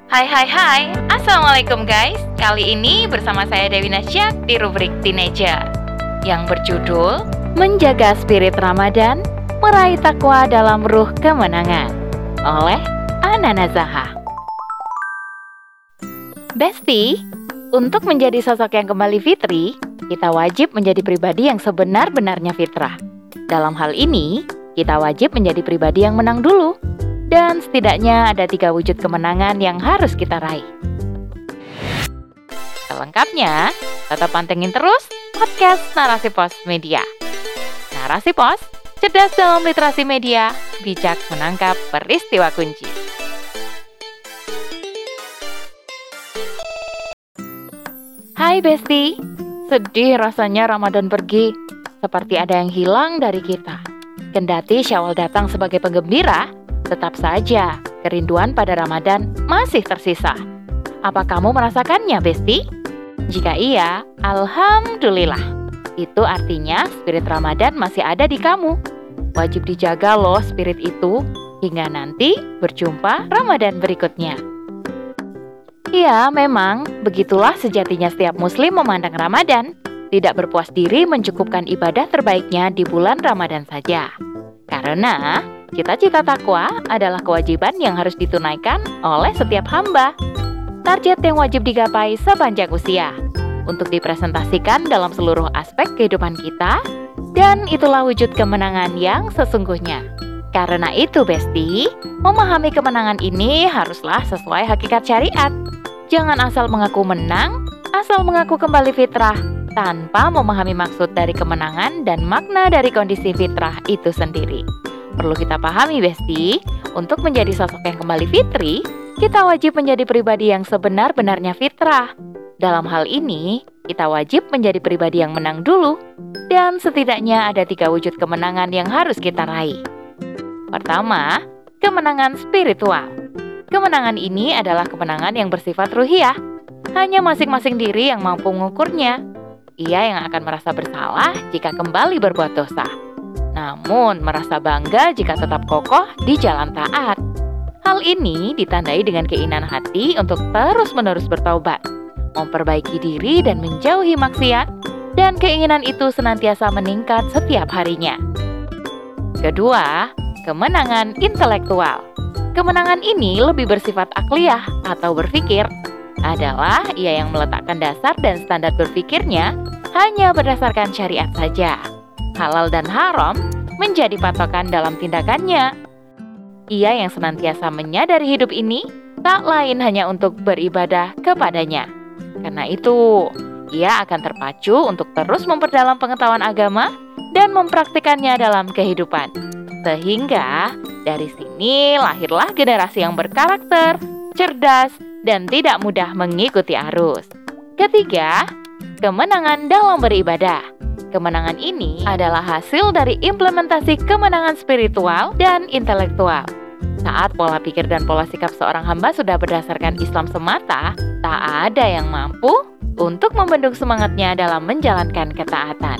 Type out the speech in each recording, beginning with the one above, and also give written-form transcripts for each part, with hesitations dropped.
Hai, Assalamualaikum guys. Kali ini bersama saya Dewi Nasyak di rubrik Teenager yang berjudul Menjaga Spirit Ramadan, Meraih Takwa dalam Ruh Kemenangan oleh Ana Nazaha. Besti, untuk menjadi sosok yang kembali fitri, kita wajib menjadi pribadi yang sebenar-benarnya fitrah. Dalam hal ini, kita wajib menjadi pribadi yang menang dulu. Dan setidaknya ada 3 wujud kemenangan yang harus kita raih. Selengkapnya, tetap pantengin terus podcast Narasi Pos Media. Narasi Pos, cerdas dalam literasi media, bijak menangkap peristiwa kunci. Hai Besti, sedih rasanya Ramadan pergi, seperti ada yang hilang dari kita. Kendati Syawal datang sebagai penggembira, tetap saja, kerinduan pada Ramadan masih tersisa. Apa kamu merasakannya, Besti? Jika iya, Alhamdulillah. Itu artinya spirit Ramadan masih ada di kamu. Wajib dijaga loh spirit itu, hingga nanti berjumpa Ramadan berikutnya. Ya, memang, begitulah sejatinya setiap muslim memandang Ramadan. Tidak berpuas diri mencukupkan ibadah terbaiknya di bulan Ramadan saja. Karena cita-cita takwa adalah kewajiban yang harus ditunaikan oleh setiap hamba. Target yang wajib digapai sepanjang usia untuk dipresentasikan dalam seluruh aspek kehidupan kita, dan itulah wujud kemenangan yang sesungguhnya. Karena itu, Besti, memahami kemenangan ini haruslah sesuai hakikat syariat. Jangan asal mengaku menang, asal mengaku kembali fitrah, tanpa memahami maksud dari kemenangan dan makna dari kondisi fitrah itu sendiri. Perlu kita pahami, Besti, untuk menjadi sosok yang kembali fitri, kita wajib menjadi pribadi yang sebenar-benarnya fitrah. Dalam hal ini, kita wajib menjadi pribadi yang menang dulu, dan setidaknya ada 3 wujud kemenangan yang harus kita raih. Pertama, kemenangan spiritual. Kemenangan ini adalah kemenangan yang bersifat ruhiyah. Hanya masing-masing diri yang mampu mengukurnya. Ia yang akan merasa bersalah jika kembali berbuat dosa, namun merasa bangga jika tetap kokoh di jalan taat. Hal ini ditandai dengan keinginan hati untuk terus-menerus bertaubat, memperbaiki diri dan menjauhi maksiat, dan keinginan itu senantiasa meningkat setiap harinya. Kedua, kemenangan intelektual. Kemenangan ini lebih bersifat akliyah atau berpikir. Adalah ia yang meletakkan dasar dan standar berpikirnya hanya berdasarkan syariat saja. Halal dan haram menjadi patokan dalam tindakannya. Ia yang senantiasa menyadari hidup ini tak lain hanya untuk beribadah kepadanya. Karena itu, ia akan terpacu untuk terus memperdalam pengetahuan agama dan mempraktikannya dalam kehidupan. Sehingga dari sini lahirlah generasi yang berkarakter, cerdas, dan tidak mudah mengikuti arus. Ketiga, kemenangan dalam beribadah. Kemenangan ini adalah hasil dari implementasi kemenangan spiritual dan intelektual. Saat pola pikir dan pola sikap seorang hamba sudah berdasarkan Islam semata, tak ada yang mampu untuk membendung semangatnya dalam menjalankan ketaatan.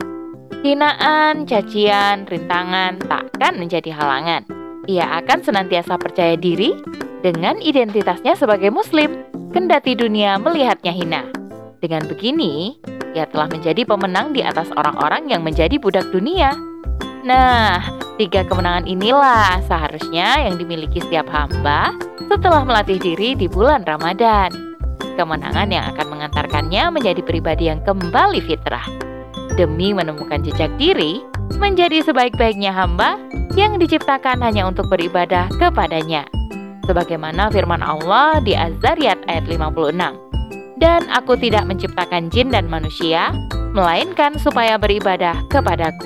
Hinaan, cacian, rintangan takkan menjadi halangan. Ia akan senantiasa percaya diri dengan identitasnya sebagai muslim, kendati dunia melihatnya hina. Dengan begini, ia telah menjadi pemenang di atas orang-orang yang menjadi budak dunia. Nah, 3 kemenangan inilah seharusnya yang dimiliki setiap hamba setelah melatih diri di bulan Ramadan. Kemenangan yang akan mengantarkannya menjadi pribadi yang kembali fitrah, demi menemukan jejak diri menjadi sebaik-baiknya hamba yang diciptakan hanya untuk beribadah kepadanya. Sebagaimana firman Allah di Az-Zariyat ayat 56. Dan aku tidak menciptakan jin dan manusia, melainkan supaya beribadah kepadaku.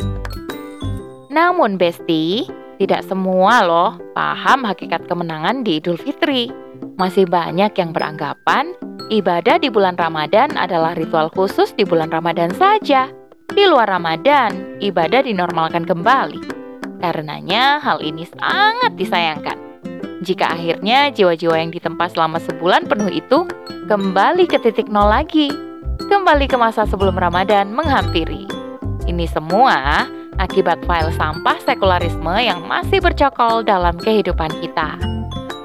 Namun Besti, tidak semua loh paham hakikat kemenangan di Idul Fitri. Masih banyak yang beranggapan ibadah di bulan Ramadan adalah ritual khusus di bulan Ramadan saja. Di luar Ramadan, ibadah dinormalkan kembali. Karenanya hal ini sangat disayangkan. Jika akhirnya jiwa-jiwa yang ditempa selama sebulan penuh itu kembali ke titik nol lagi, kembali ke masa sebelum Ramadan menghampiri. Ini semua akibat file sampah sekularisme yang masih bercokol dalam kehidupan kita.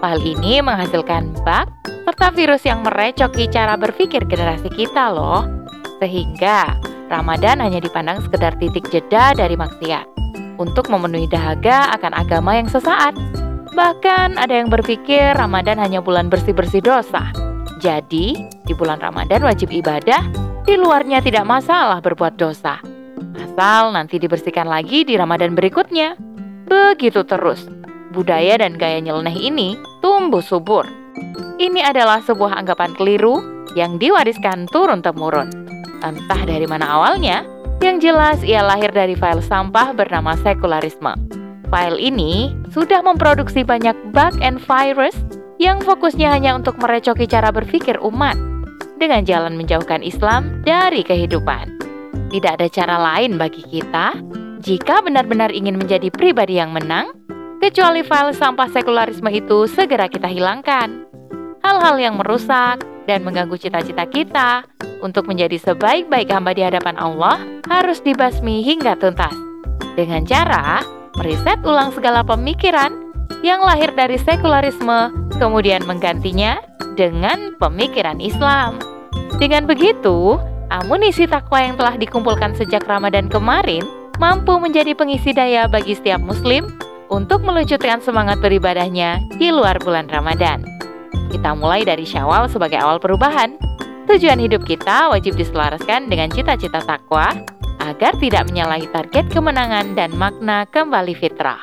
File ini menghasilkan bug serta virus yang merecoki cara berpikir generasi kita loh. Sehingga Ramadan hanya dipandang sekedar titik jeda dari maksiat untuk memenuhi dahaga akan agama yang sesaat. Bahkan ada yang berpikir Ramadan hanya bulan bersih-bersih dosa. Jadi, di bulan Ramadan wajib ibadah, di luarnya tidak masalah berbuat dosa. Asal nanti dibersihkan lagi di Ramadan berikutnya. Begitu terus, budaya dan gaya nyeleneh ini tumbuh subur. Ini adalah sebuah anggapan keliru yang diwariskan turun-temurun. Entah dari mana awalnya, yang jelas ia lahir dari file sampah bernama sekularisme. File ini sudah memproduksi banyak bug and virus yang fokusnya hanya untuk merecoki cara berpikir umat dengan jalan menjauhkan Islam dari kehidupan. Tidak ada cara lain bagi kita jika benar-benar ingin menjadi pribadi yang menang, kecuali file sampah sekularisme itu segera kita hilangkan. Hal-hal yang merusak dan mengganggu cita-cita kita untuk menjadi sebaik-baik hamba di hadapan Allah harus dibasmi hingga tuntas. Dengan cara meriset ulang segala pemikiran yang lahir dari sekularisme, kemudian menggantinya dengan pemikiran Islam. Dengan begitu, amunisi takwa yang telah dikumpulkan sejak Ramadan kemarin mampu menjadi pengisi daya bagi setiap muslim untuk meluncurkan semangat beribadahnya di luar bulan Ramadan. Kita mulai dari Syawal sebagai awal perubahan. Tujuan hidup kita wajib diselaraskan dengan cita-cita takwa agar tidak menyalahi target kemenangan dan makna kembali fitrah.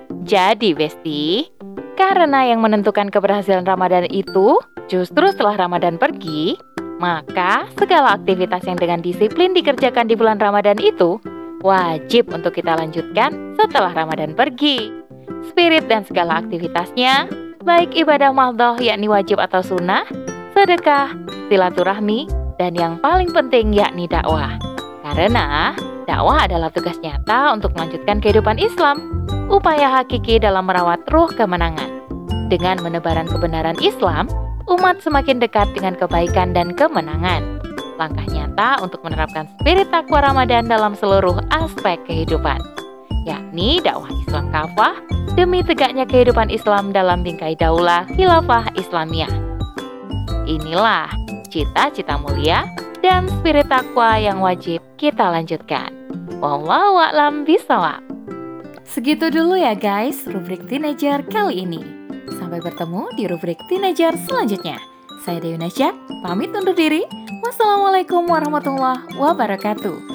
Jadi, Besti, karena yang menentukan keberhasilan Ramadan itu justru setelah Ramadan pergi, maka segala aktivitas yang dengan disiplin dikerjakan di bulan Ramadan itu wajib untuk kita lanjutkan setelah Ramadan pergi. Spirit dan segala aktivitasnya, baik ibadah mahdhah yakni wajib atau sunnah, sedekah, silaturahmi, dan yang paling penting yakni dakwah. Karena dakwah adalah tugas nyata untuk melanjutkan kehidupan Islam, upaya hakiki dalam merawat ruh kemenangan. Dengan menebaran kebenaran Islam, umat semakin dekat dengan kebaikan dan kemenangan. Langkah nyata untuk menerapkan spirit takwa Ramadan dalam seluruh aspek kehidupan, yakni dakwah Islam kafah demi tegaknya kehidupan Islam dalam bingkai daulah khilafah Islamiyah. Inilah cita-cita mulia dan spirit takwa yang wajib kita lanjutkan. Wallahu a'lam bishawab. Segitu dulu ya guys rubrik teenager kali ini. Sampai bertemu di rubrik teenager selanjutnya. Saya Dewi Nasya, pamit undur diri. Wassalamualaikum warahmatullahi wabarakatuh.